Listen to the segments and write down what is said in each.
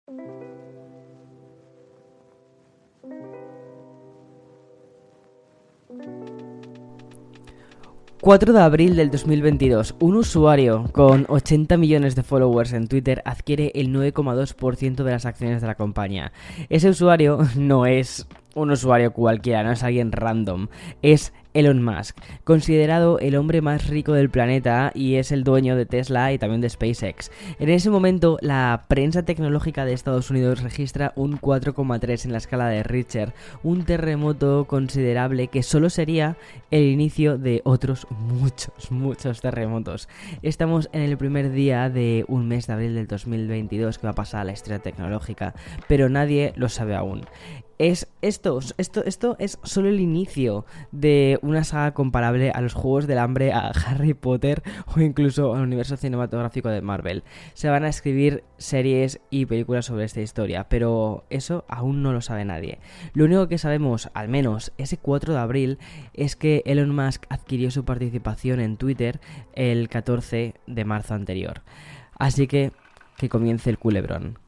4 de abril del 2022, un usuario con 80 millones de followers en Twitter adquiere el 9,2% de las acciones de la compañía. Ese usuario no es un usuario cualquiera, no es alguien random, es Elon Musk, considerado el hombre más rico del planeta y es el dueño de Tesla y también de SpaceX. En ese momento, la prensa tecnológica de Estados Unidos registra un 4,3 en la escala de Richter, un terremoto considerable que solo sería el inicio de otros muchos terremotos. Estamos en el primer día de un mes de abril del 2022 que va a pasar a la historia tecnológica, pero nadie lo sabe aún. Esto es solo el inicio de una saga comparable a los Juegos del Hambre, a Harry Potter o incluso al universo cinematográfico de Marvel. Se van a escribir series y películas sobre esta historia, pero eso aún no lo sabe nadie. Lo único que sabemos, al menos ese 4 de abril, es que Elon Musk adquirió su participación en Twitter el 14 de marzo anterior. Así que comience el culebrón.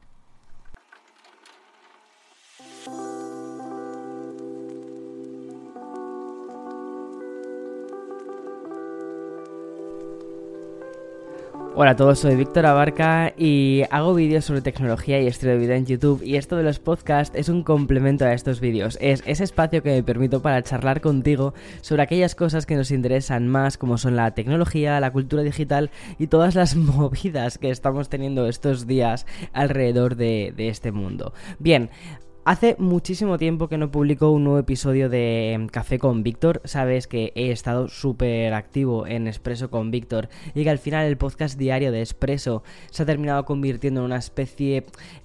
Hola a todos, soy Víctor Abarca y hago vídeos sobre tecnología y estilo de vida en YouTube, y esto de los podcasts es un complemento a estos vídeos. Es ese espacio que me permito para charlar contigo sobre aquellas cosas que nos interesan más, como son la tecnología, la cultura digital y todas las movidas que estamos teniendo estos días alrededor de este mundo. Bien. Hace muchísimo tiempo que no publico un nuevo episodio de Café con Víctor. Sabes que he estado súper activo en Expreso con Víctor y que al final el podcast diario de Expreso se ha terminado convirtiendo en una especie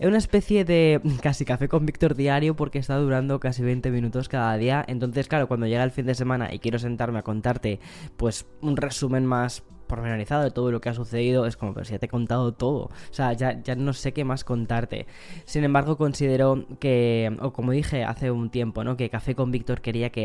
de casi Café con Víctor diario, porque está durando casi 20 minutos cada día. Entonces, claro, cuando llega el fin de semana y quiero sentarme a contarte pues un resumen más pormenorizado de todo lo que ha sucedido, es como, pero si ya te he contado todo, o sea, ya no sé qué más contarte. Sin embargo, considero que, o como dije hace un tiempo, ¿no?, que Café con Víctor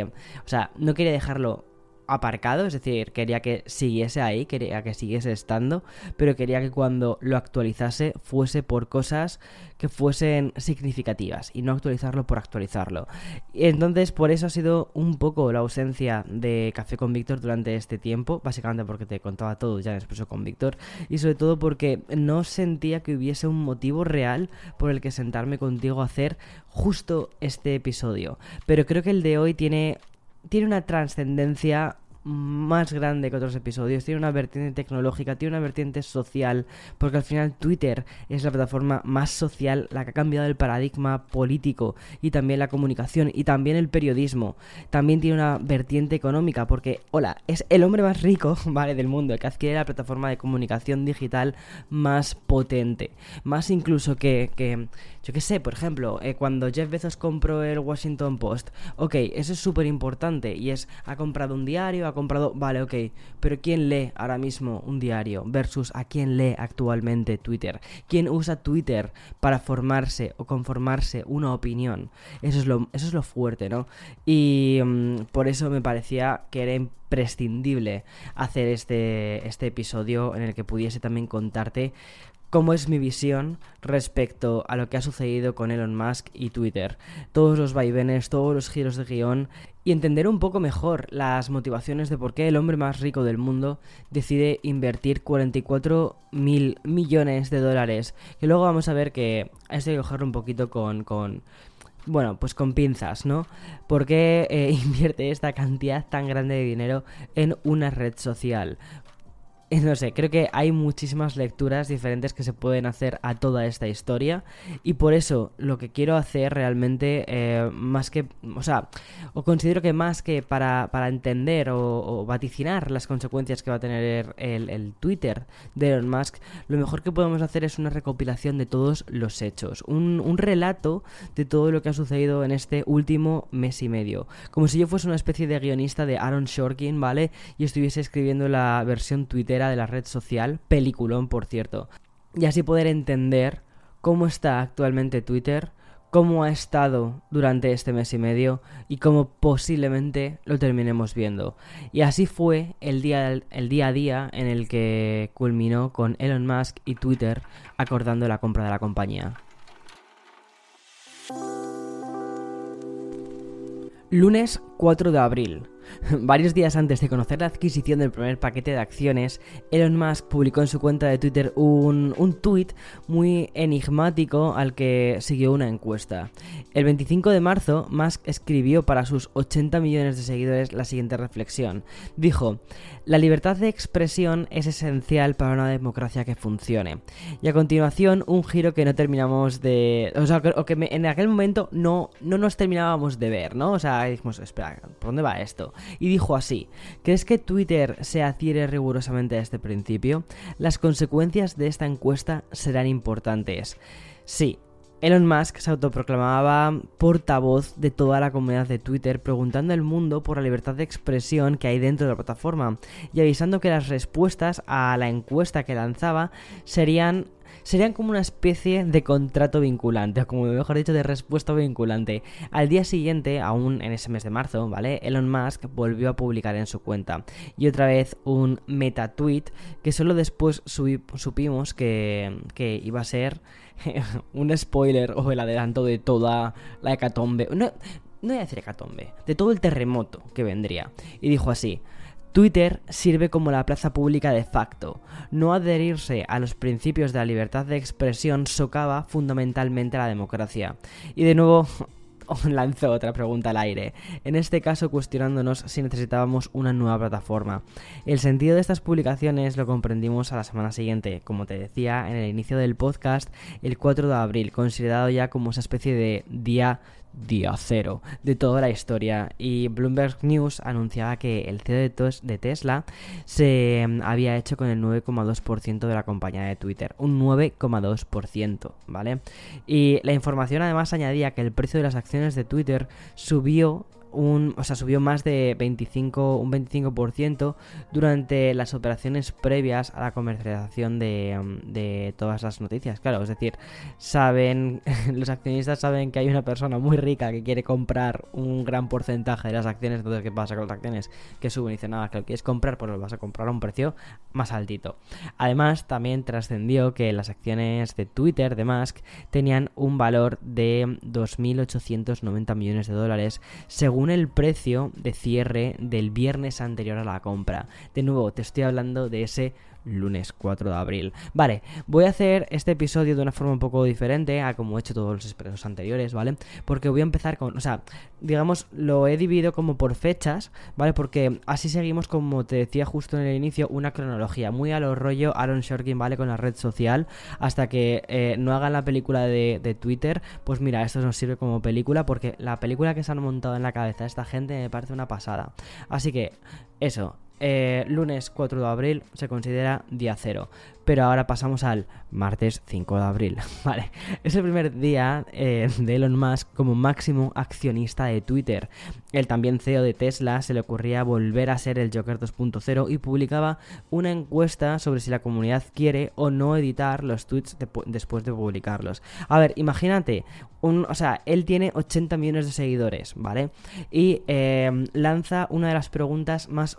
no quería dejarlo aparcado, es decir, quería que siguiese ahí, quería que siguiese estando, pero quería que cuando lo actualizase fuese por cosas que fuesen significativas y no actualizarlo por actualizarlo. Y entonces, por eso ha sido un poco la ausencia de Café con Víctor durante este tiempo, básicamente porque te contaba todo ya en Expreso con Víctor, y sobre todo porque no sentía que hubiese un motivo real por el que sentarme contigo a hacer justo este episodio. Pero creo que el de hoy tiene una trascendencia más grande que otros episodios, tiene una vertiente tecnológica, tiene una vertiente social, porque al final Twitter es la plataforma más social, la que ha cambiado el paradigma político y también la comunicación y también el periodismo. También tiene una vertiente económica, porque, es el hombre más rico, ¿vale?, del mundo, el que adquiere la plataforma de comunicación digital más potente, más incluso que yo qué sé, por ejemplo, cuando Jeff Bezos compró el Washington Post, eso es súper importante y ha comprado un diario, ha comprado, vale, pero ¿quién lee ahora mismo un diario versus a quién lee actualmente Twitter? ¿Quién usa Twitter para formarse o conformarse una opinión? Eso es lo fuerte, ¿no? Y por eso me parecía que era imprescindible hacer este episodio en el que pudiese también contarte cómo es mi visión respecto a lo que ha sucedido con Elon Musk y Twitter. Todos los vaivenes, todos los giros de guión, y entender un poco mejor las motivaciones de por qué el hombre más rico del mundo decide invertir 44.000 millones de dólares. Que luego vamos a ver que esto hay que cogerlo un poquito con pinzas, ¿no? ¿Por qué invierte esta cantidad tan grande de dinero en una red social? No sé, creo que hay muchísimas lecturas diferentes que se pueden hacer a toda esta historia, y por eso lo que quiero hacer realmente, considero que más que para entender o vaticinar las consecuencias que va a tener el Twitter de Elon Musk, lo mejor que podemos hacer es una recopilación de todos los hechos, un relato de todo lo que ha sucedido en este último mes y medio, como si yo fuese una especie de guionista de Aaron Sorkin, ¿vale?, y estuviese escribiendo la versión Twitter de la red social, peliculón por cierto, y así poder entender cómo está actualmente Twitter, cómo ha estado durante este mes y medio y cómo posiblemente lo terminemos viendo. Y así fue el día a día en el que culminó con Elon Musk y Twitter acordando la compra de la compañía. Lunes 4 de abril. Varios días antes de conocer la adquisición del primer paquete de acciones, Elon Musk publicó en su cuenta de Twitter un tuit muy enigmático al que siguió una encuesta. El 25 de marzo, Musk escribió para sus 80 millones de seguidores la siguiente reflexión. Dijo: "La libertad de expresión es esencial para una democracia que funcione". Y a continuación, un giro que no terminamos de... en aquel momento no nos terminábamos de ver, ¿no? O sea, dijimos, espera, ¿por dónde va esto? Y dijo así: ¿crees que Twitter se adhiere rigurosamente a este principio? Las consecuencias de esta encuesta serán importantes. Sí. Elon Musk se autoproclamaba portavoz de toda la comunidad de Twitter, preguntando al mundo por la libertad de expresión que hay dentro de la plataforma y avisando que las respuestas a la encuesta que lanzaba serían como una especie de contrato vinculante, o como mejor dicho, de respuesta vinculante. Al día siguiente, aún en ese mes de marzo, ¿vale?, Elon Musk volvió a publicar en su cuenta, y otra vez un meta-tweet que solo después supimos que iba a ser un spoiler o el adelanto de toda la hecatombe. No voy a decir hecatombe, de todo el terremoto que vendría. Y dijo así: Twitter sirve como la plaza pública de facto. No adherirse a los principios de la libertad de expresión socava fundamentalmente la democracia. Y de nuevo lanzó otra pregunta al aire, en este caso cuestionándonos si necesitábamos una nueva plataforma. El sentido de estas publicaciones lo comprendimos a la semana siguiente, como te decía en el inicio del podcast, el 4 de abril, considerado ya como esa especie de día cero de toda la historia, y Bloomberg News anunciaba que el CEO de Tesla se había hecho con el 9,2% de la compañía de Twitter, un 9,2%, ¿vale? Y la información además añadía que el precio de las acciones de Twitter subió más de un 25% durante las operaciones previas a la comercialización de todas las noticias. Claro, es decir, los accionistas saben que hay una persona muy rica que quiere comprar un gran porcentaje de las acciones. Entonces, ¿qué pasa con las acciones? Que suben y dicen, nada, que lo quieres comprar, pues lo vas a comprar a un precio más altito. Además, también trascendió que las acciones de Twitter de Musk tenían un valor de 2.890 millones de dólares según el precio de cierre del viernes anterior a la compra. De nuevo, te estoy hablando de ese lunes 4 de abril. Vale, voy a hacer este episodio de una forma un poco diferente a como he hecho todos los expresos anteriores, ¿vale? Porque voy a empezar con, digamos, lo he dividido como por fechas, ¿vale? Porque así seguimos, como te decía justo en el inicio, una cronología muy a lo rollo Aaron Sorkin, ¿vale? Con la red social, hasta que no hagan la película de Twitter. Pues mira, esto nos sirve como película, porque la película que se han montado en la cabeza de esta gente me parece una pasada. Así que, eso. Lunes 4 de abril se considera día cero. Pero ahora pasamos al martes 5 de abril, ¿vale? Es el primer día de Elon Musk como máximo accionista de Twitter. El también CEO de Tesla se le ocurría volver a ser el Joker 2.0 y publicaba una encuesta sobre si la comunidad quiere o no editar los tweets después de publicarlos. A ver, imagínate, él tiene 80 millones de seguidores, ¿vale? Y lanza una de las preguntas más,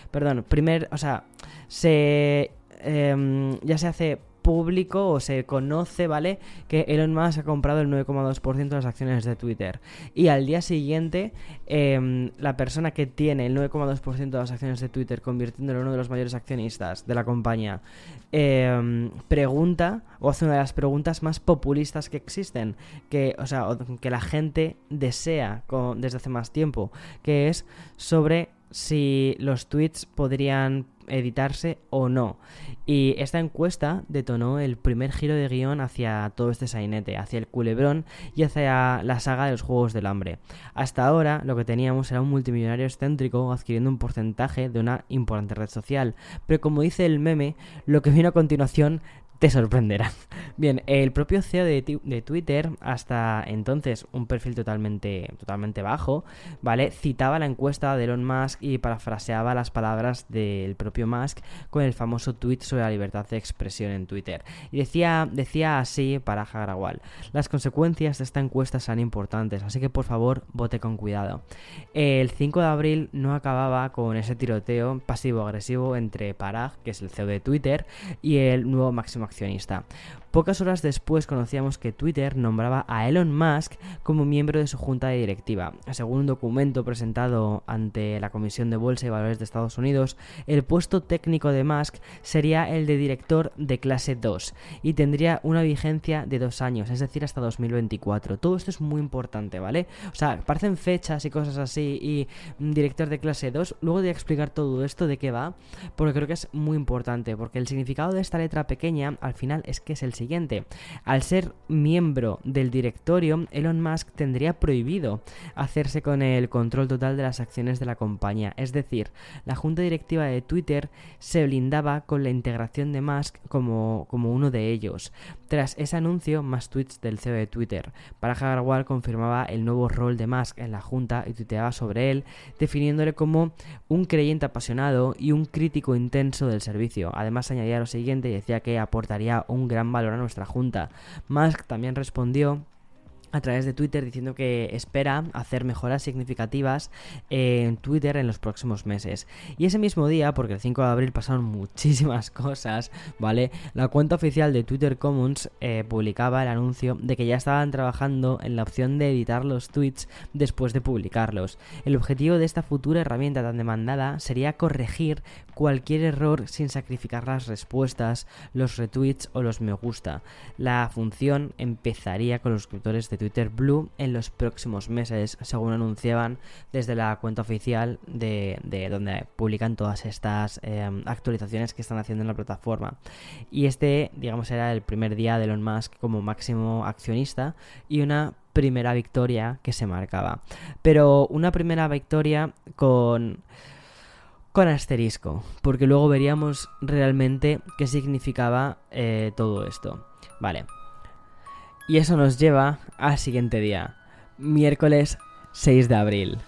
ya se hace público o se conoce, ¿vale?, que Elon Musk ha comprado el 9,2% de las acciones de Twitter. Y al día siguiente, la persona que tiene el 9,2% de las acciones de Twitter, convirtiéndolo en uno de los mayores accionistas de la compañía, pregunta, o hace una de las preguntas más populistas que existen, que la gente desea desde hace más tiempo, que es sobre si los tweets podrían editarse o no. Y esta encuesta detonó el primer giro de guión hacia todo este sainete, hacia el culebrón y hacia la saga de los Juegos del Hambre. Hasta ahora lo que teníamos era un multimillonario excéntrico adquiriendo un porcentaje de una importante red social, pero como dice el meme, lo que viene a continuación te sorprenderá. Bien, el propio CEO de Twitter, hasta entonces un perfil totalmente bajo, ¿vale?, citaba la encuesta de Elon Musk y parafraseaba las palabras del propio Musk con el famoso tweet sobre la libertad de expresión en Twitter. Y decía así para Hagrawal: las consecuencias de esta encuesta son importantes, así que por favor vote con cuidado. El 5 de abril no acababa con ese tiroteo pasivo-agresivo entre Parag, que es el CEO de Twitter, y el nuevo máximo accionista. Pocas horas después conocíamos que Twitter nombraba a Elon Musk como miembro de su junta de directiva. Según un documento presentado ante la Comisión de Bolsa y Valores de Estados Unidos, el puesto técnico de Musk sería el de director de clase 2 y tendría una vigencia de 2 años, es decir, hasta 2024. Todo esto es muy importante, ¿vale? O sea, parecen fechas y cosas así y director de clase 2. Luego voy a explicar todo esto de qué va, porque creo que es muy importante, porque el significado de esta letra pequeña al final es que es el siguiente. Al ser miembro del directorio, Elon Musk tendría prohibido hacerse con el control total de las acciones de la compañía. Es decir, la junta directiva de Twitter se blindaba con la integración de Musk como uno de ellos. Tras ese anuncio, más tweets del CEO de Twitter. Parag Agrawal confirmaba el nuevo rol de Musk en la junta y tuiteaba sobre él, definiéndole como un creyente apasionado y un crítico intenso del servicio. Además añadía lo siguiente y decía que aportaría un gran valor a nuestra junta. Musk también respondió a través de Twitter diciendo que espera hacer mejoras significativas en Twitter en los próximos meses. Y ese mismo día, porque el 5 de abril pasaron muchísimas cosas, ¿vale? La cuenta oficial de Twitter Commons publicaba el anuncio de que ya estaban trabajando en la opción de editar los tweets después de publicarlos. El objetivo de esta futura herramienta tan demandada sería corregir cualquier error sin sacrificar las respuestas, los retweets o los me gusta. La función empezaría con los suscriptores de Twitter Blue en los próximos meses, según anunciaban desde la cuenta oficial de donde publican todas estas actualizaciones que están haciendo en la plataforma. Y este, digamos, era el primer día de Elon Musk como máximo accionista y una primera victoria que se marcaba. Pero una primera victoria con asterisco, porque luego veríamos realmente qué significaba todo esto. Vale. Y eso nos lleva al siguiente día, miércoles 6 de abril.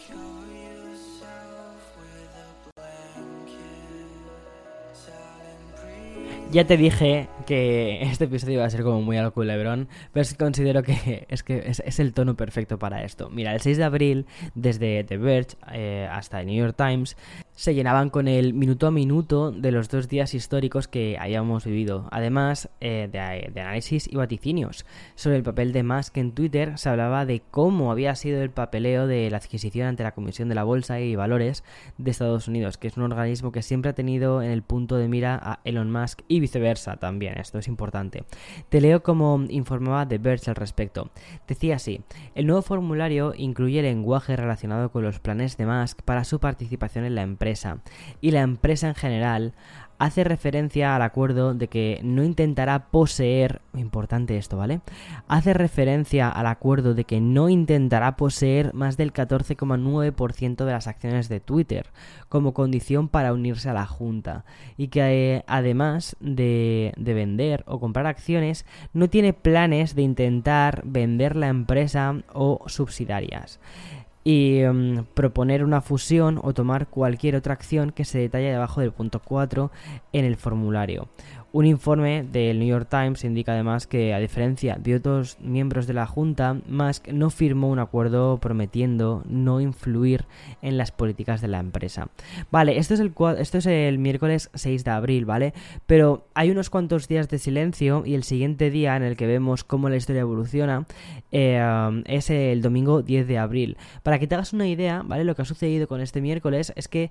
Ya te dije que este episodio iba a ser como muy al culebrón, pero es que considero que es el tono perfecto para esto. Mira, el 6 de abril, desde The Verge hasta el New York Times, se llenaban con el minuto a minuto de los 2 días históricos que hayamos vivido. Además de análisis y vaticinios sobre el papel de Musk en Twitter, se hablaba de cómo había sido el papeleo de la adquisición ante la Comisión de la Bolsa y Valores de Estados Unidos, que es un organismo que siempre ha tenido en el punto de mira a Elon Musk y viceversa también. Esto es importante. Te leo cómo informaba The Verge al respecto. Decía así: el nuevo formulario incluye lenguaje relacionado con los planes de Musk para su participación en la empresa, y la empresa en general hace referencia al acuerdo de que no intentará poseer, importante esto, ¿vale? Hace referencia al acuerdo de que no intentará poseer más del 14,9% de las acciones de Twitter como condición para unirse a la junta, y que además de vender o comprar acciones, no tiene planes de intentar vender la empresa o subsidiarias. Y proponer una fusión o tomar cualquier otra acción que se detalle debajo del punto 4 en el formulario. Un informe del New York Times indica además que, a diferencia de otros miembros de la Junta, Musk no firmó un acuerdo prometiendo no influir en las políticas de la empresa. Vale, esto es el miércoles 6 de abril, ¿vale? Pero hay unos cuantos días de silencio y el siguiente día en el que vemos cómo la historia evoluciona es el domingo 10 de abril. Para que te hagas una idea, ¿vale? Lo que ha sucedido con este miércoles es que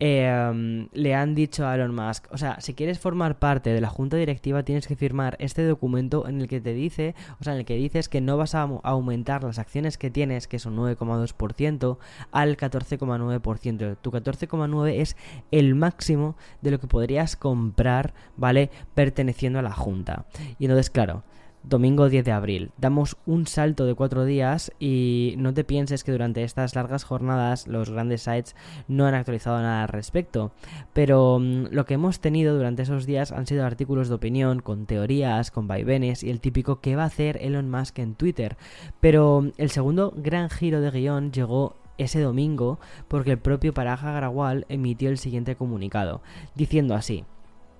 le han dicho a Elon Musk, o sea, si quieres formar parte de la junta directiva tienes que firmar este documento en el que te dice, o sea, en el que dices que no vas a aumentar las acciones que tienes, que son 9,2%, al 14,9%. Tu 14,9% es el máximo de lo que podrías comprar, ¿vale? Perteneciendo a la junta. Y entonces, claro, domingo 10 de abril, damos un salto de 4 días y no te pienses que durante estas largas jornadas los grandes sites no han actualizado nada al respecto, pero lo que hemos tenido durante esos días han sido artículos de opinión con teorías, con vaivenes y el típico ¿qué va a hacer Elon Musk en Twitter? Pero el segundo gran giro de guión llegó ese domingo porque el propio Parag Agrawal emitió el siguiente comunicado, diciendo así: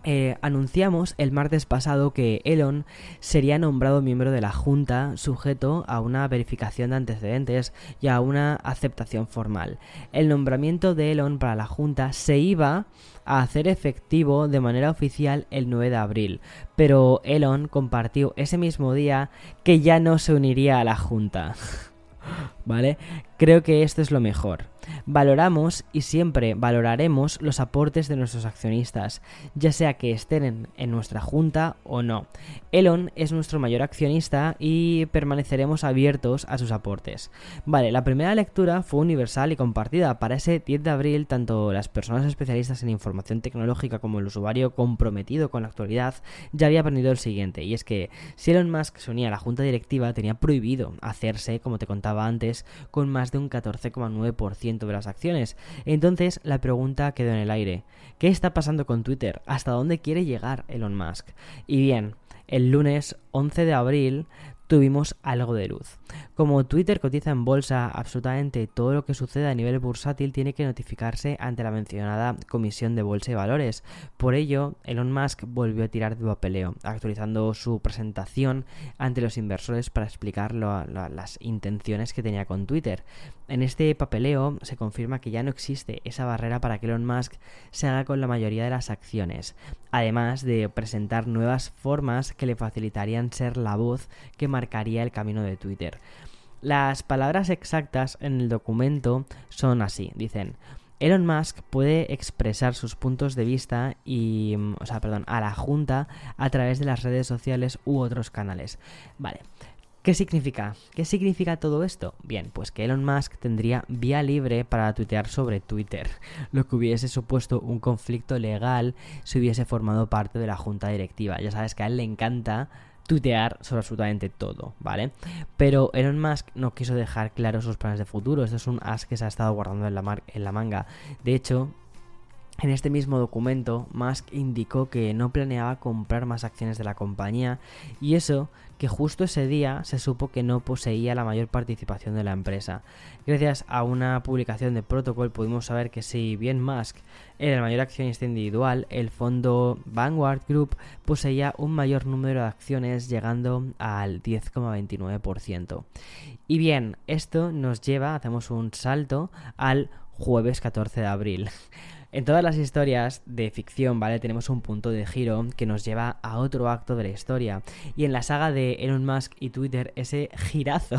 Anunciamos el martes pasado que Elon sería nombrado miembro de la Junta sujeto a una verificación de antecedentes y a una aceptación formal. El nombramiento de Elon para la Junta se iba a hacer efectivo de manera oficial el 9 de abril, pero Elon compartió ese mismo día que ya no se uniría a la Junta. ¿Vale? Creo que esto es lo mejor. Valoramos y siempre valoraremos los aportes de nuestros accionistas, ya sea que estén en nuestra junta o no. Elon es nuestro mayor accionista y permaneceremos abiertos a sus aportes. Vale, la primera lectura fue universal y compartida. Para ese 10 de abril, tanto las personas especialistas en información tecnológica como el usuario comprometido con la actualidad ya había aprendido el siguiente, y es que si Elon Musk se unía a la junta directiva, tenía prohibido hacerse, como te contaba antes, con más de un 14,9% de las acciones. Entonces la pregunta quedó en el aire. ¿Qué está pasando con Twitter? ¿Hasta dónde quiere llegar Elon Musk? Y bien, el lunes 11 de abril tuvimos algo de luz. Como Twitter cotiza en bolsa, absolutamente todo lo que suceda a nivel bursátil tiene que notificarse ante la mencionada Comisión de Bolsa y Valores. Por ello, Elon Musk volvió a tirar de papeleo, actualizando su presentación ante los inversores para explicar las intenciones que tenía con Twitter. En este papeleo se confirma que ya no existe esa barrera para que Elon Musk se haga con la mayoría de las acciones, además de presentar nuevas formas que le facilitarían ser la voz que marcaría el camino de Twitter. Las palabras exactas en el documento son así, dicen: Elon Musk puede expresar sus puntos de vista a la Junta a través de las redes sociales u otros canales. Vale. ¿Qué significa? ¿Qué significa todo esto? Bien, pues que Elon Musk tendría vía libre para tuitear sobre Twitter, lo que hubiese supuesto un conflicto legal si hubiese formado parte de la junta directiva. Ya sabes que a él le encanta tuitear sobre absolutamente todo, ¿vale? Pero Elon Musk no quiso dejar claros sus planes de futuro. Esto es un as que se ha estado guardando en la manga. De hecho, en este mismo documento, Musk indicó que no planeaba comprar más acciones de la compañía, y eso que justo ese día se supo que no poseía la mayor participación de la empresa. Gracias a una publicación de Protocol pudimos saber que si bien Musk era el mayor accionista individual, el fondo Vanguard Group poseía un mayor número de acciones, llegando al 10,29%. Y bien, esto nos lleva, hacemos un salto al jueves 14 de abril. En todas las historias de ficción, ¿vale? Tenemos un punto de giro que nos lleva a otro acto de la historia. Y en la saga de Elon Musk y Twitter, ese girazo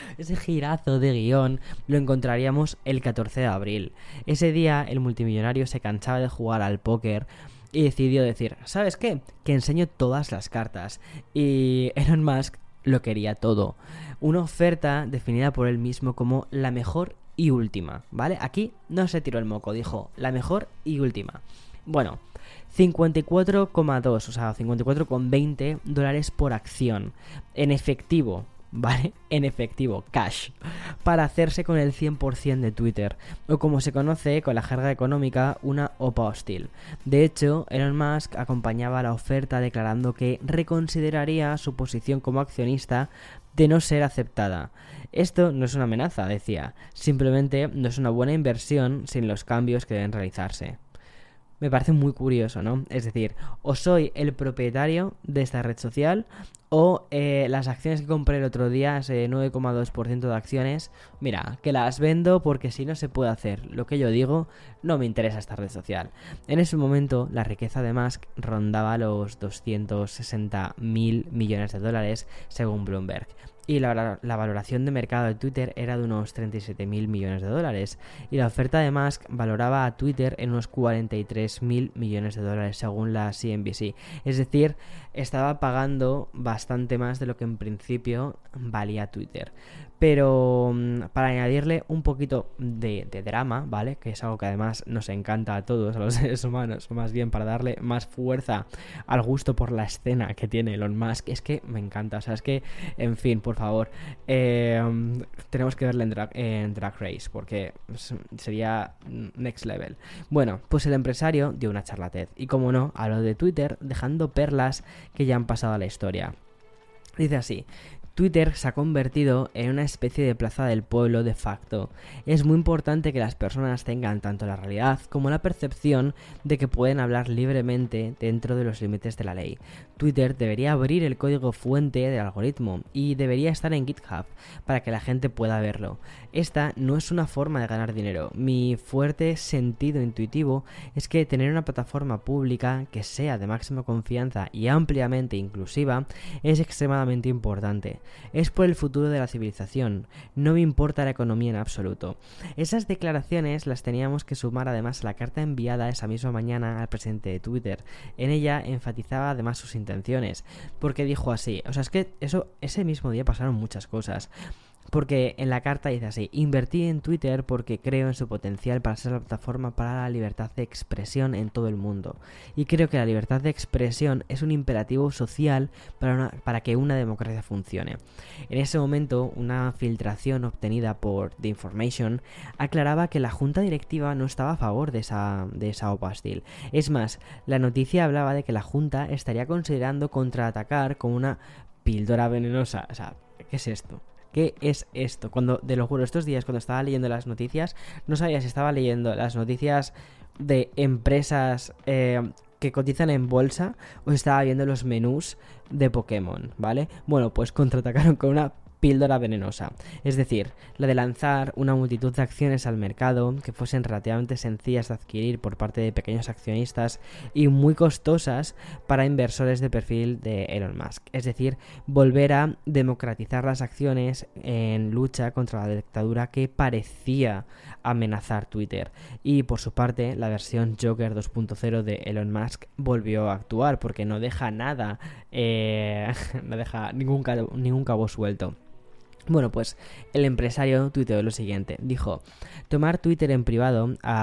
de guión lo encontraríamos el 14 de abril. Ese día el multimillonario se cansaba de jugar al póker y decidió decir: ¿sabes qué? Que enseño todas las cartas. Y Elon Musk lo quería todo. Una oferta definida por él mismo como la mejor y última, ¿vale? Aquí no se tiró el moco, dijo la mejor y última. Bueno, 54,2, o sea, 54,20 dólares por acción, en efectivo, ¿vale? En efectivo, cash, para hacerse con el 100% de Twitter, o como se conoce con la jerga económica, una OPA hostil. De hecho, Elon Musk acompañaba la oferta declarando que reconsideraría su posición como accionista de no ser aceptada. Esto no es una amenaza, decía, simplemente no es una buena inversión sin los cambios que deben realizarse. Me parece muy curioso, ¿no? Es decir, o soy el propietario de esta red social, o las acciones que compré el otro día, ese 9,2% de acciones, mira, que las vendo porque si no se puede hacer lo que yo digo, no me interesa esta red social. En ese momento, la riqueza de Musk rondaba los 260.000 millones de dólares, según Bloomberg. Y la valoración de mercado de Twitter era de unos 37.000 millones de dólares. Y la oferta de Musk valoraba a Twitter en unos 43.000 millones de dólares, según la CNBC. Es decir, estaba pagando bastante más de lo que en principio valía Twitter. Pero para añadirle un poquito de drama, ¿vale? Que es algo que además nos encanta a todos, a los seres humanos, o más bien para darle más fuerza al gusto por la escena que tiene Elon Musk. Es que me encanta, o sea, es que, en fin, por favor, tenemos que verle en Drag Race, porque sería next level. Bueno, pues el empresario dio una charla TED, y como no, habló de Twitter, dejando perlas que ya han pasado a la historia. Dice así: Twitter se ha convertido en una especie de plaza del pueblo de facto. Es muy importante que las personas tengan tanto la realidad como la percepción de que pueden hablar libremente dentro de los límites de la ley. Twitter debería abrir el código fuente del algoritmo y debería estar en GitHub para que la gente pueda verlo. Esta no es una forma de ganar dinero. Mi fuerte sentido intuitivo es que tener una plataforma pública que sea de máxima confianza y ampliamente inclusiva es extremadamente importante. Es por el futuro de la civilización. No me importa la economía en absoluto. Esas declaraciones las teníamos que sumar además a la carta enviada esa misma mañana al presidente de Twitter. En ella enfatizaba además sus intenciones, porque dijo así, es que ese mismo día pasaron muchas cosas. Porque en la carta dice así: invertí en Twitter porque creo en su potencial para ser la plataforma para la libertad de expresión en todo el mundo. Y creo que la libertad de expresión es un imperativo social para que una democracia funcione. En ese momento, una filtración obtenida por The Information aclaraba que la junta directiva no estaba a favor de esa OPA hostil. Es más, la noticia hablaba de que la junta estaría considerando contraatacar con una píldora venenosa. ¿Qué es esto? ¿Qué es esto? Te lo juro, estos días cuando estaba leyendo las noticias, no sabía si estaba leyendo las noticias de empresas que cotizan en bolsa o estaba viendo los menús de Pokémon, ¿vale? Bueno, pues contraatacaron con una píldora venenosa, es decir, la de lanzar una multitud de acciones al mercado que fuesen relativamente sencillas de adquirir por parte de pequeños accionistas y muy costosas para inversores de perfil de Elon Musk, es decir, volver a democratizar las acciones en lucha contra la dictadura que parecía amenazar Twitter. Y por su parte, la versión Joker 2.0 de Elon Musk volvió a actuar porque no deja nada, no deja ningún cabo suelto. Bueno, pues el empresario tuiteó lo siguiente, dijo: tomar Twitter en privado a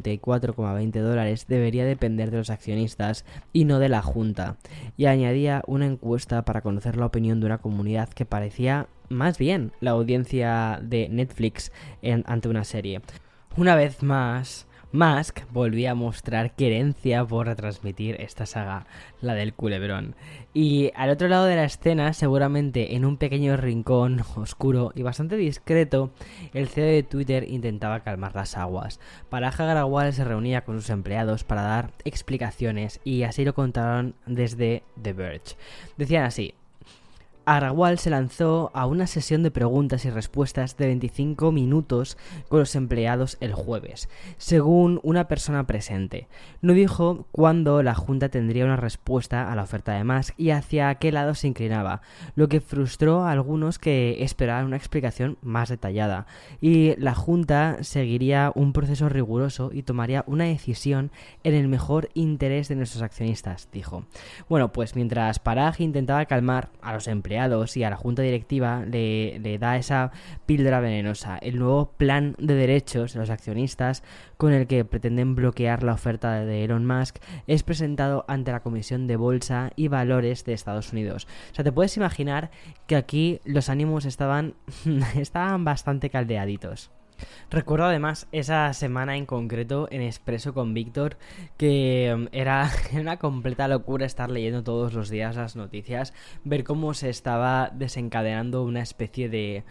$54,20 debería depender de los accionistas y no de la junta, y añadía una encuesta para conocer la opinión de una comunidad que parecía más bien la audiencia de Netflix ante una serie. Una vez más, Musk volvía a mostrar querencia por retransmitir esta saga, la del culebrón. Y al otro lado de la escena, seguramente en un pequeño rincón oscuro y bastante discreto, el CEO de Twitter intentaba calmar las aguas. Parag Agrawal se reunía con sus empleados para dar explicaciones y así lo contaron desde The Verge. Decían así: Agrawal se lanzó a una sesión de preguntas y respuestas de 25 minutos con los empleados el jueves, según una persona presente. No dijo cuándo la junta tendría una respuesta a la oferta de Musk y hacia qué lado se inclinaba, lo que frustró a algunos que esperaban una explicación más detallada. Y la junta seguiría un proceso riguroso y tomaría una decisión en el mejor interés de nuestros accionistas, dijo. Bueno, pues mientras Parag intentaba calmar a los empleados y a la junta directiva, le da esa píldora venenosa, el nuevo plan de derechos de los accionistas con el que pretenden bloquear la oferta de Elon Musk es presentado ante la Comisión de Bolsa y Valores de Estados Unidos. Te puedes imaginar que aquí los ánimos estaban bastante caldeaditos. Recuerdo además esa semana en concreto en Expreso con Víctor, que era una completa locura estar leyendo todos los días las noticias, ver cómo se estaba desencadenando una especie de,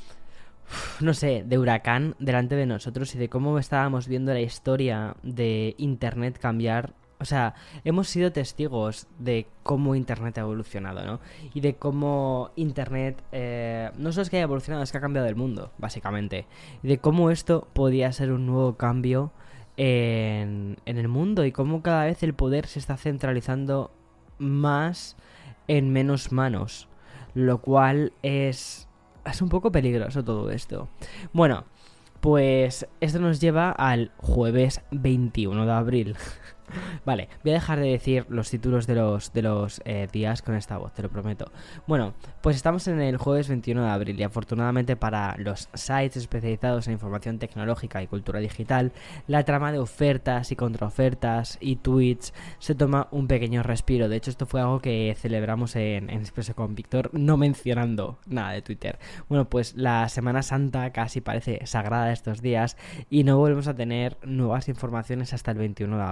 no sé, de huracán delante de nosotros y de cómo estábamos viendo la historia de Internet cambiar. Hemos sido testigos de cómo Internet ha evolucionado, ¿no? Y de cómo Internet no solo es que haya evolucionado, es que ha cambiado el mundo, básicamente. Y de cómo esto podía ser un nuevo cambio en el mundo y cómo cada vez el poder se está centralizando más en menos manos. Lo cual es un poco peligroso todo esto. Bueno, pues esto nos lleva al jueves 21 de abril. Vale, voy a dejar de decir los títulos de los días con esta voz, te lo prometo. Bueno, pues estamos en el jueves 21 de abril y afortunadamente para los sites especializados en información tecnológica y cultura digital, la trama de ofertas y contraofertas y tweets se toma un pequeño respiro. De hecho, esto fue algo que celebramos en Expreso con Víctor, no mencionando nada de Twitter. Bueno, pues la Semana Santa casi parece sagrada estos días y no volvemos a tener nuevas informaciones hasta el 21 de abril. Eso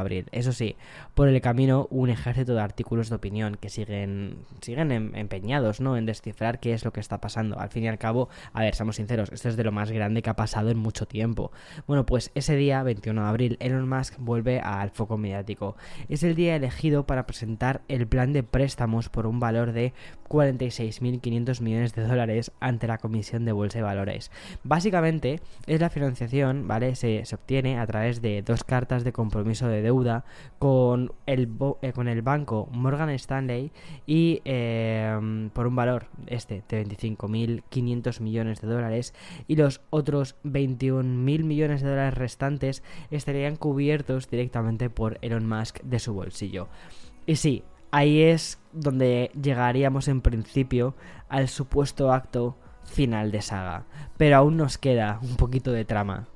Eso sí, por el camino un ejército de artículos de opinión que siguen empeñados, ¿no?, en descifrar qué es lo que está pasando. Al fin y al cabo, a ver, seamos sinceros, esto es de lo más grande que ha pasado en mucho tiempo. Bueno, pues ese día, 21 de abril, Elon Musk vuelve al foco mediático. Es el día elegido para presentar el plan de préstamos por un valor de 46.500 millones de dólares ante la Comisión de Bolsa y Valores. Básicamente, es la financiación, ¿vale? Se obtiene a través de 2 cartas de compromiso de deuda con el banco Morgan Stanley y por un valor de 25.500 millones de dólares, y los otros 21.000 millones de dólares restantes estarían cubiertos directamente por Elon Musk de su bolsillo. Y sí, ahí es donde llegaríamos en principio al supuesto acto final de saga, pero aún nos queda un poquito de trama.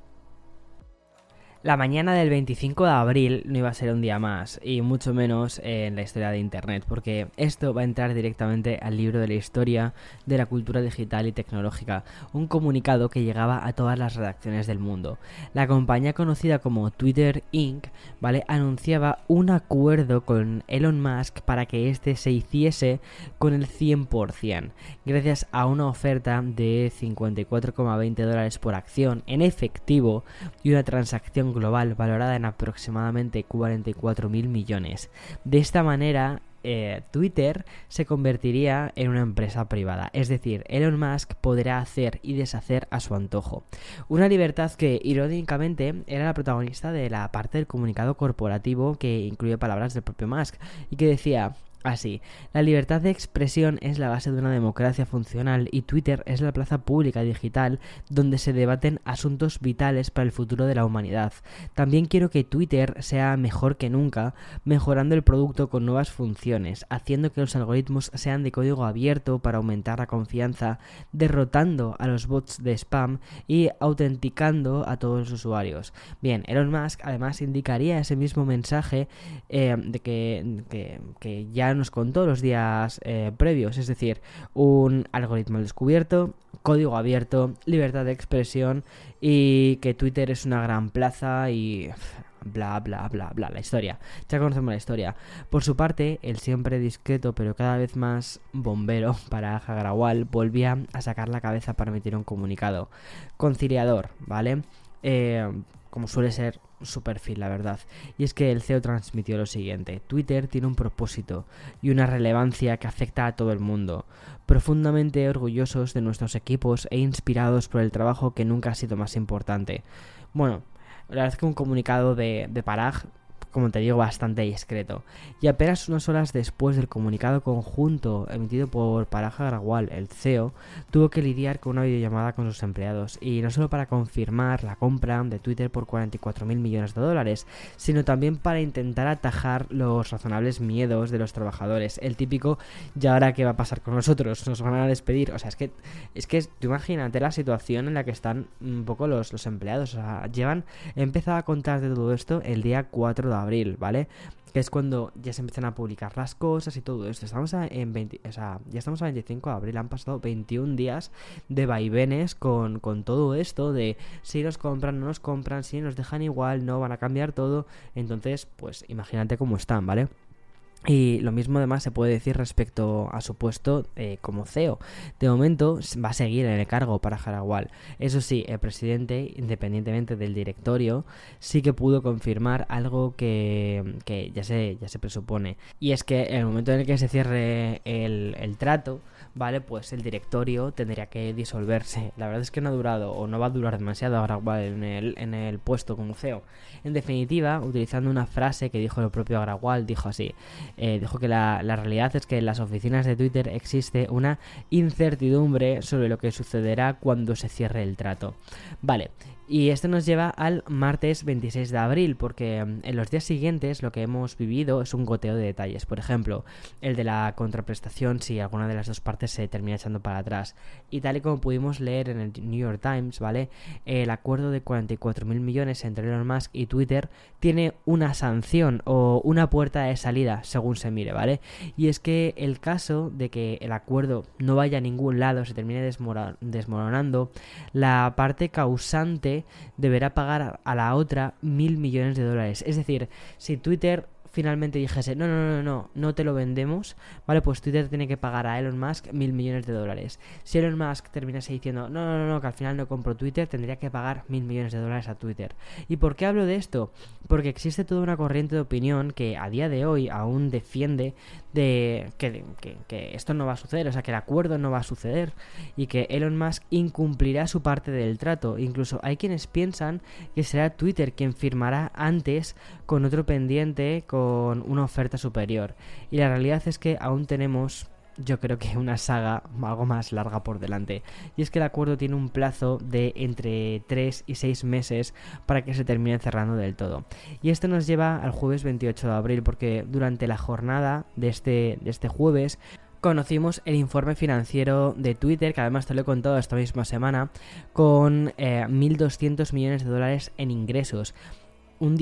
La mañana del 25 de abril no iba a ser un día más, y mucho menos en la historia de Internet, porque esto va a entrar directamente al libro de la historia de la cultura digital y tecnológica, un comunicado que llegaba a todas las redacciones del mundo. La compañía conocida como Twitter Inc., ¿vale?, anunciaba un acuerdo con Elon Musk para que este se hiciese con el 100%, gracias a una oferta de 54,20 dólares por acción en efectivo y una transacción global valorada en aproximadamente 44.000 millones. De esta manera, Twitter se convertiría en una empresa privada, es decir, Elon Musk podrá hacer y deshacer a su antojo. Una libertad que, irónicamente, era la protagonista de la parte del comunicado corporativo que incluye palabras del propio Musk y que decía así: la libertad de expresión es la base de una democracia funcional y Twitter es la plaza pública digital donde se debaten asuntos vitales para el futuro de la humanidad. También quiero que Twitter sea mejor que nunca, mejorando el producto con nuevas funciones, haciendo que los algoritmos sean de código abierto para aumentar la confianza, derrotando a los bots de spam y autenticando a todos los usuarios. Bien, Elon Musk además indicaría ese mismo mensaje de que ya nos contó los días previos, es decir, un algoritmo al descubierto, código abierto, libertad de expresión y que Twitter es una gran plaza y bla bla bla bla, la historia. Ya conocemos la historia. Por su parte, el siempre discreto pero cada vez más bombero Parag Agrawal volvía a sacar la cabeza para emitir un comunicado conciliador, ¿vale? Como suele ser su perfil, la verdad. Y es que el CEO transmitió lo siguiente: Twitter tiene un propósito y una relevancia que afecta a todo el mundo. Profundamente orgullosos de nuestros equipos e inspirados por el trabajo que nunca ha sido más importante. Bueno, la verdad es que un comunicado de Parag, como te digo, bastante discreto. Y apenas unas horas después del comunicado conjunto emitido por Parag Agrawal, el CEO, tuvo que lidiar con una videollamada con sus empleados, y no solo para confirmar la compra de Twitter por 44.000 millones de dólares, sino también para intentar atajar los razonables miedos de los trabajadores. El típico: ¿y ahora qué va a pasar con nosotros? ¿Nos van a despedir? O sea, es que tú imagínate la situación en la que están un poco los empleados. O sea, he empezado a contar de todo esto el día 4 de abril, ¿vale? Que es cuando ya se empiezan a publicar las cosas y todo esto. Ya estamos a 25 de abril, han pasado 21 días de vaivenes con todo esto de si nos compran, no nos compran, si nos dejan igual, no van a cambiar todo. Entonces, pues imagínate cómo están, ¿vale? Y lo mismo además se puede decir respecto a su puesto como CEO. De momento va a seguir en el cargo para Agrawal. Eso sí, el presidente, independientemente del directorio, sí que pudo confirmar algo que ya se presupone. Y es que en el momento en el que se cierre el trato, ¿vale?, pues el directorio tendría que disolverse. La verdad es que no ha durado o no va a durar demasiado Agrawal en el puesto como CEO. En definitiva, utilizando una frase que dijo el propio Agrawal, dijo así: dijo que la realidad es que en las oficinas de Twitter existe una incertidumbre sobre lo que sucederá cuando se cierre el trato. Vale, y esto nos lleva al martes 26 de abril, porque en los días siguientes lo que hemos vivido es un goteo de detalles. Por ejemplo, el de la contraprestación si alguna de las dos partes se termina echando para atrás. Y tal y como pudimos leer en el New York Times, ¿vale?, el acuerdo de 44.000 millones entre Elon Musk y Twitter tiene una sanción o una puerta de salida, según se mire, ¿vale? Y es que el caso de que el acuerdo no vaya a ningún lado, se termine desmoronando, la parte causante parte deberá pagar a la otra 1.000 millones de dólares. Es decir, si Twitter finalmente dijese, no te lo vendemos, vale, pues Twitter tiene que pagar a Elon Musk 1.000 millones de dólares. Si Elon Musk terminase diciendo, no, que al final no compro Twitter, tendría que pagar 1.000 millones de dólares a Twitter. ¿Y por qué hablo de esto? Porque existe toda una corriente de opinión que a día de hoy aún defiende de que esto no va a suceder, o sea, que el acuerdo no va a suceder y que Elon Musk incumplirá su parte del trato. Incluso hay quienes piensan que será Twitter quien firmará antes con otro pendiente con una oferta superior. Y la realidad es que aún tenemos, yo creo que una saga algo más larga por delante. Y es que el acuerdo tiene un plazo de entre 3 y 6 meses para que se termine cerrando del todo. Y esto nos lleva al jueves 28 de abril, porque durante la jornada de este jueves conocimos el informe financiero de Twitter, que además te lo he contado esta misma semana, con 1.200 millones de dólares en ingresos. Un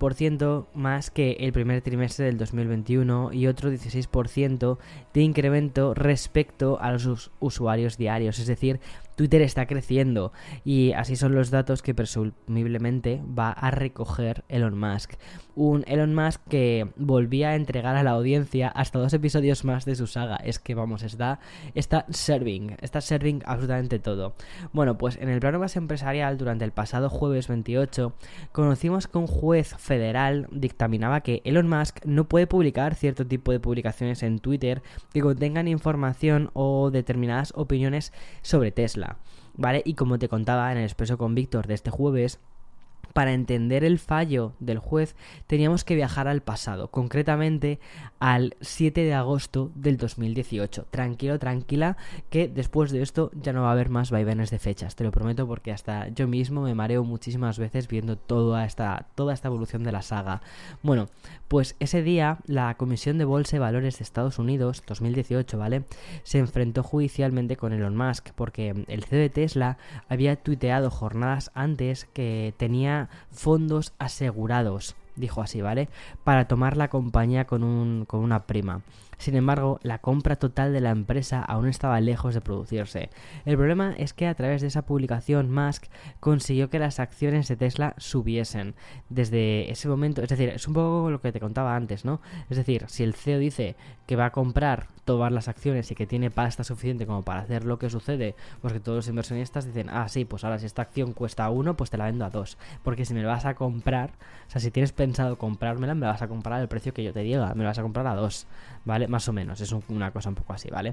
16% más que el primer trimestre del 2021 y otro 16% de incremento respecto a los usuarios diarios. Es decir, Twitter está creciendo y así son los datos que presumiblemente va a recoger Elon Musk. Un Elon Musk que volvía a entregar a la audiencia hasta 2 episodios más de su saga. Es que vamos, está serving absolutamente todo. Bueno, pues en el plano más empresarial, durante el pasado jueves 28, conocimos que un juez federal dictaminaba que Elon Musk no puede publicar cierto tipo de publicaciones en Twitter que contengan información o determinadas opiniones sobre Tesla, ¿vale? Y como te contaba en el Expreso con Víctor de este jueves, para entender el fallo del juez teníamos que viajar al pasado, concretamente al 7 de agosto del 2018. Tranquila, que después de esto ya no va a haber más vaivenes de fechas, te lo prometo, porque hasta yo mismo me mareo muchísimas veces viendo toda esta evolución de la saga. Bueno, pues ese día la Comisión de Bolsa y Valores de Estados Unidos, 2018, ¿vale?, se enfrentó judicialmente con Elon Musk porque el CEO de Tesla había tuiteado jornadas antes que tenía fondos asegurados, dijo así, ¿vale?, para tomar la compañía con una prima. Sin embargo, la compra total de la empresa aún estaba lejos de producirse. El problema es que a través de esa publicación Musk consiguió que las acciones de Tesla subiesen. Desde ese momento, es decir, es un poco lo que te contaba antes, ¿no? Es decir, si el CEO dice que va a comprar todas las acciones y que tiene pasta suficiente como para hacer lo que sucede, pues que todos los inversionistas dicen, sí, pues ahora si esta acción cuesta 1, pues te la vendo a 2. Porque si me la vas a comprar, o sea, si tienes pensado comprármela, me la vas a comprar al precio que yo te diga, me la vas a comprar a 2, ¿vale? Más o menos, es una cosa un poco así, ¿vale?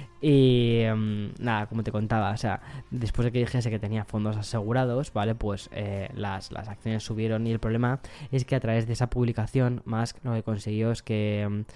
Y nada, como te contaba, o sea, después de que dijese que tenía fondos asegurados, ¿vale? Pues las acciones subieron, y el problema es que a través de esa publicación Musk lo que consiguió es que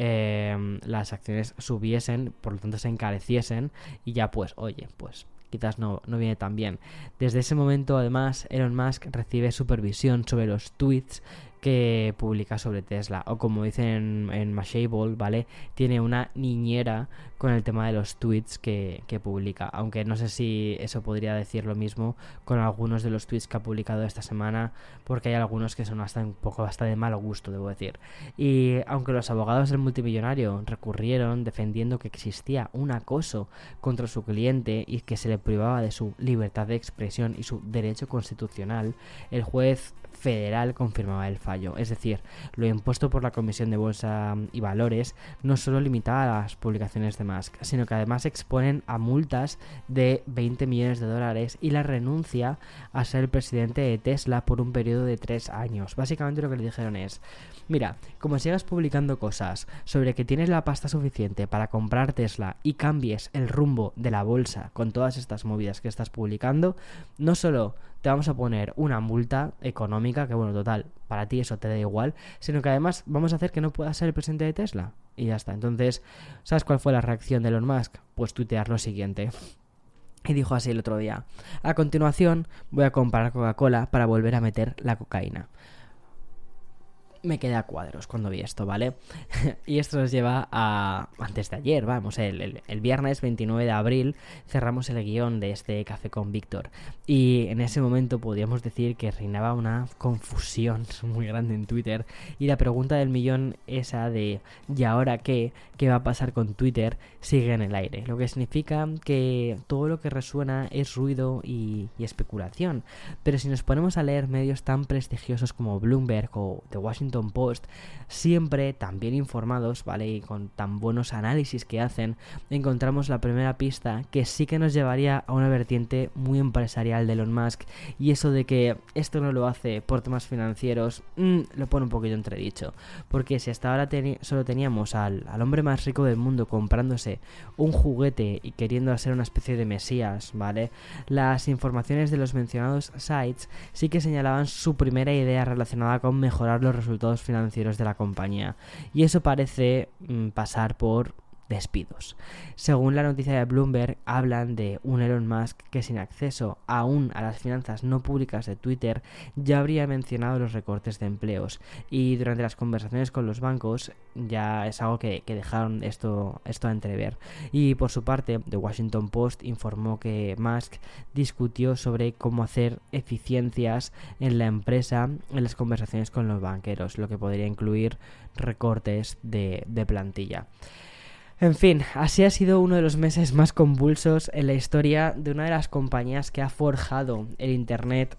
las acciones subiesen, por lo tanto se encareciesen, y ya pues, oye, pues quizás no viene tan bien. Desde ese momento, además, Elon Musk recibe supervisión sobre los tweets que publica sobre Tesla, o como dicen en Mashable, ¿vale?, tiene una niñera con el tema de los tweets que publica, aunque no sé si eso podría decir lo mismo con algunos de los tweets que ha publicado esta semana, porque hay algunos que son hasta de mal gusto, debo decir. Y aunque los abogados del multimillonario recurrieron defendiendo que existía un acoso contra su cliente y que se le privaba de su libertad de expresión y su derecho constitucional, el juez federal confirmaba el fallo. Es decir, lo impuesto por la Comisión de Bolsa y Valores no solo limitaba las publicaciones de Musk, sino que además exponen a multas de 20 millones de dólares y la renuncia a ser el presidente de Tesla por un periodo de 3 años. Básicamente lo que le dijeron es, mira, como sigas publicando cosas sobre que tienes la pasta suficiente para comprar Tesla y cambies el rumbo de la bolsa con todas estas movidas que estás publicando, no solo te vamos a poner una multa económica, que bueno, total, para ti eso te da igual, sino que además vamos a hacer que no puedas ser el presidente de Tesla. Y ya está. Entonces, ¿sabes cuál fue la reacción de Elon Musk? Pues tuitear lo siguiente. Y dijo así el otro día: a continuación voy a comprar Coca-Cola para volver a meter la cocaína. me quedé a cuadros cuando vi esto, ¿vale? Y esto nos lleva a... Antes de ayer, vamos, el viernes 29 de abril cerramos el guión de este Café con Víctor. Y en ese momento podríamos decir que reinaba una confusión muy grande en Twitter. Y la pregunta del millón, esa de ¿y ahora qué? ¿Qué va a pasar con Twitter? Sigue en el aire. Lo que significa que todo lo que resuena es ruido y especulación. Pero si nos ponemos a leer medios tan prestigiosos como Bloomberg o The Washington Post, siempre tan bien informados, ¿vale? Y con tan buenos análisis que hacen, encontramos la primera pista que sí que nos llevaría a una vertiente muy empresarial de Elon Musk, y eso de que esto no lo hace por temas financieros, lo pone un poquito entredicho, porque si hasta ahora solo teníamos al hombre más rico del mundo comprándose un juguete y queriendo hacer una especie de mesías, ¿vale? Las informaciones de los mencionados sites sí que señalaban su primera idea relacionada con mejorar los resultados financieros de la compañía, y eso parece pasar por despidos. Según la noticia de Bloomberg, hablan de un Elon Musk que, sin acceso aún a las finanzas no públicas de Twitter, ya habría mencionado los recortes de empleos, y durante las conversaciones con los bancos ya es algo que dejaron esto a entrever. Y por su parte, The Washington Post informó que Musk discutió sobre cómo hacer eficiencias en la empresa en las conversaciones con los banqueros, lo que podría incluir recortes de plantilla. En fin, así ha sido uno de los meses más convulsos en la historia de una de las compañías que ha forjado el Internet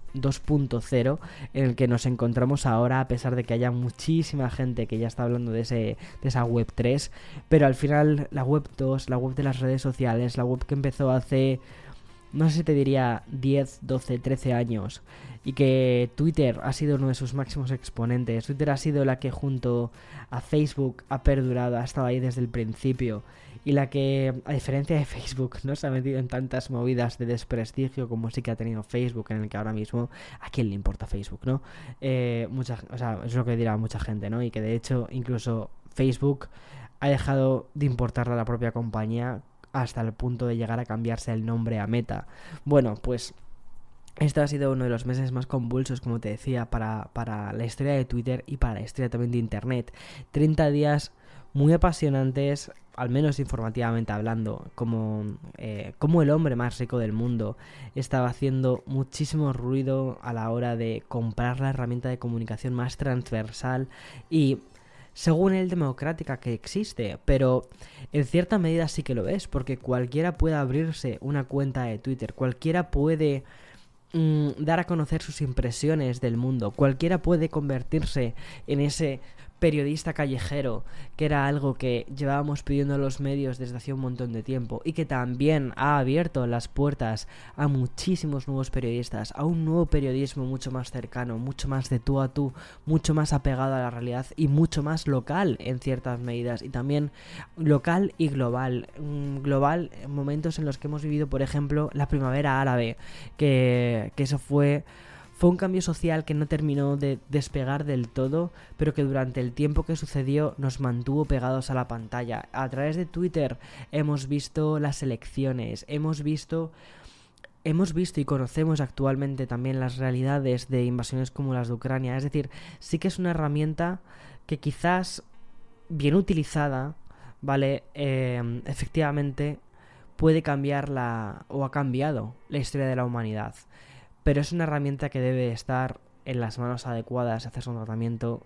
2.0, en el que nos encontramos ahora, a pesar de que haya muchísima gente que ya está hablando de esa web 3, pero al final la web 2, la web de las redes sociales, la web que empezó hace, no sé si te diría 10, 12, 13 años, y que Twitter ha sido uno de sus máximos exponentes. Twitter ha sido la que junto a Facebook ha perdurado, ha estado ahí desde el principio, y la que, a diferencia de Facebook, no se ha metido en tantas movidas de desprestigio como sí que ha tenido Facebook, en el que ahora mismo, ¿a quién le importa Facebook, no? Es lo que dirá mucha gente, ¿no? Y que de hecho incluso Facebook ha dejado de importarle a la propia compañía hasta el punto de llegar a cambiarse el nombre a Meta. Bueno, pues esto ha sido uno de los meses más convulsos, como te decía, para la historia de Twitter y para la historia también de Internet. 30 días muy apasionantes, al menos informativamente hablando, como el hombre más rico del mundo estaba haciendo muchísimo ruido a la hora de comprar la herramienta de comunicación más transversal y, según él, democrática que existe, pero en cierta medida sí que lo es, porque cualquiera puede abrirse una cuenta de Twitter, cualquiera puede dar a conocer sus impresiones del mundo, cualquiera puede convertirse en ese periodista callejero, que era algo que llevábamos pidiendo a los medios desde hace un montón de tiempo, y que también ha abierto las puertas a muchísimos nuevos periodistas, a un nuevo periodismo mucho más cercano, mucho más de tú a tú, mucho más apegado a la realidad y mucho más local en ciertas medidas, y también local y global. Global en momentos en los que hemos vivido, por ejemplo, la primavera árabe, que eso fue un cambio social que no terminó de despegar del todo, pero que durante el tiempo que sucedió nos mantuvo pegados a la pantalla. A través de Twitter hemos visto las elecciones, hemos visto y conocemos actualmente también las realidades de invasiones como las de Ucrania. Es decir, sí que es una herramienta que quizás bien utilizada, ¿vale? Efectivamente puede cambiar o ha cambiado la historia de la humanidad. Pero es una herramienta que debe estar en las manos adecuadas, hacer un tratamiento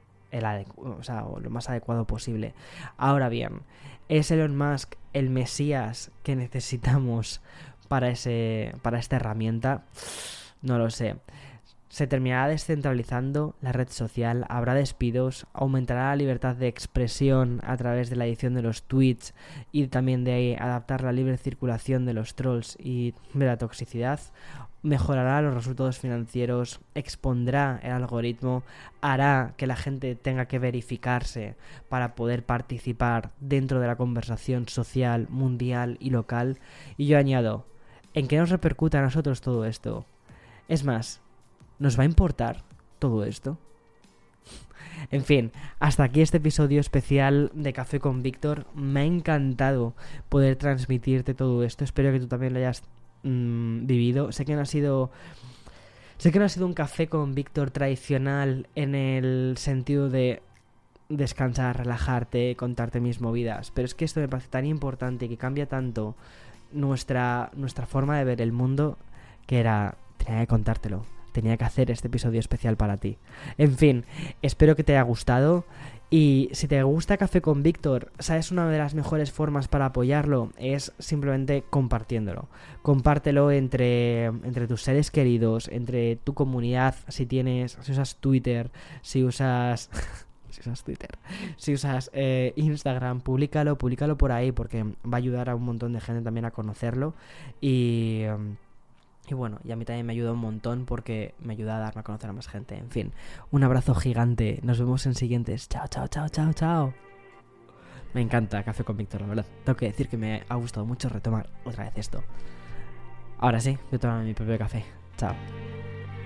lo más adecuado posible. Ahora bien, ¿es Elon Musk el mesías que necesitamos para esta herramienta? No lo sé. Se terminará descentralizando la red social, habrá despidos, aumentará la libertad de expresión a través de la edición de los tweets y también de adaptar la libre circulación de los trolls y de la toxicidad. Mejorará los resultados financieros, expondrá el algoritmo, hará que la gente tenga que verificarse para poder participar dentro de la conversación social, mundial y local. Y yo añado, ¿en qué nos repercute a nosotros todo esto? Es más, ¿nos va a importar todo esto? En fin, hasta aquí este episodio especial de Café con Víctor. Me ha encantado poder transmitirte todo esto. Espero que tú también lo hayas vivido. Sé que no ha sido un café con Víctor tradicional en el sentido de descansar, relajarte, contarte mis movidas. Pero es que esto me parece tan importante, que cambia tanto nuestra forma de ver el mundo, que tenía que contártelo. Tenía que hacer este episodio especial para ti. En fin, espero que te haya gustado. Y si te gusta Café con Víctor, ¿sabes? Una de las mejores formas para apoyarlo es simplemente compartiéndolo. Compártelo entre tus seres queridos, entre tu comunidad, si usas Twitter, si usas Twitter, si usas Instagram, públicalo por ahí, porque va a ayudar a un montón de gente también a conocerlo. Y bueno, y a mí también me ayuda un montón porque me ayuda a darme a conocer a más gente. En fin, un abrazo gigante. Nos vemos en siguientes. Chao, chao, chao, chao, chao. Me encanta Café con Víctor, la verdad. Tengo que decir que me ha gustado mucho retomar otra vez esto. Ahora sí, voy a tomarme mi propio café. Chao.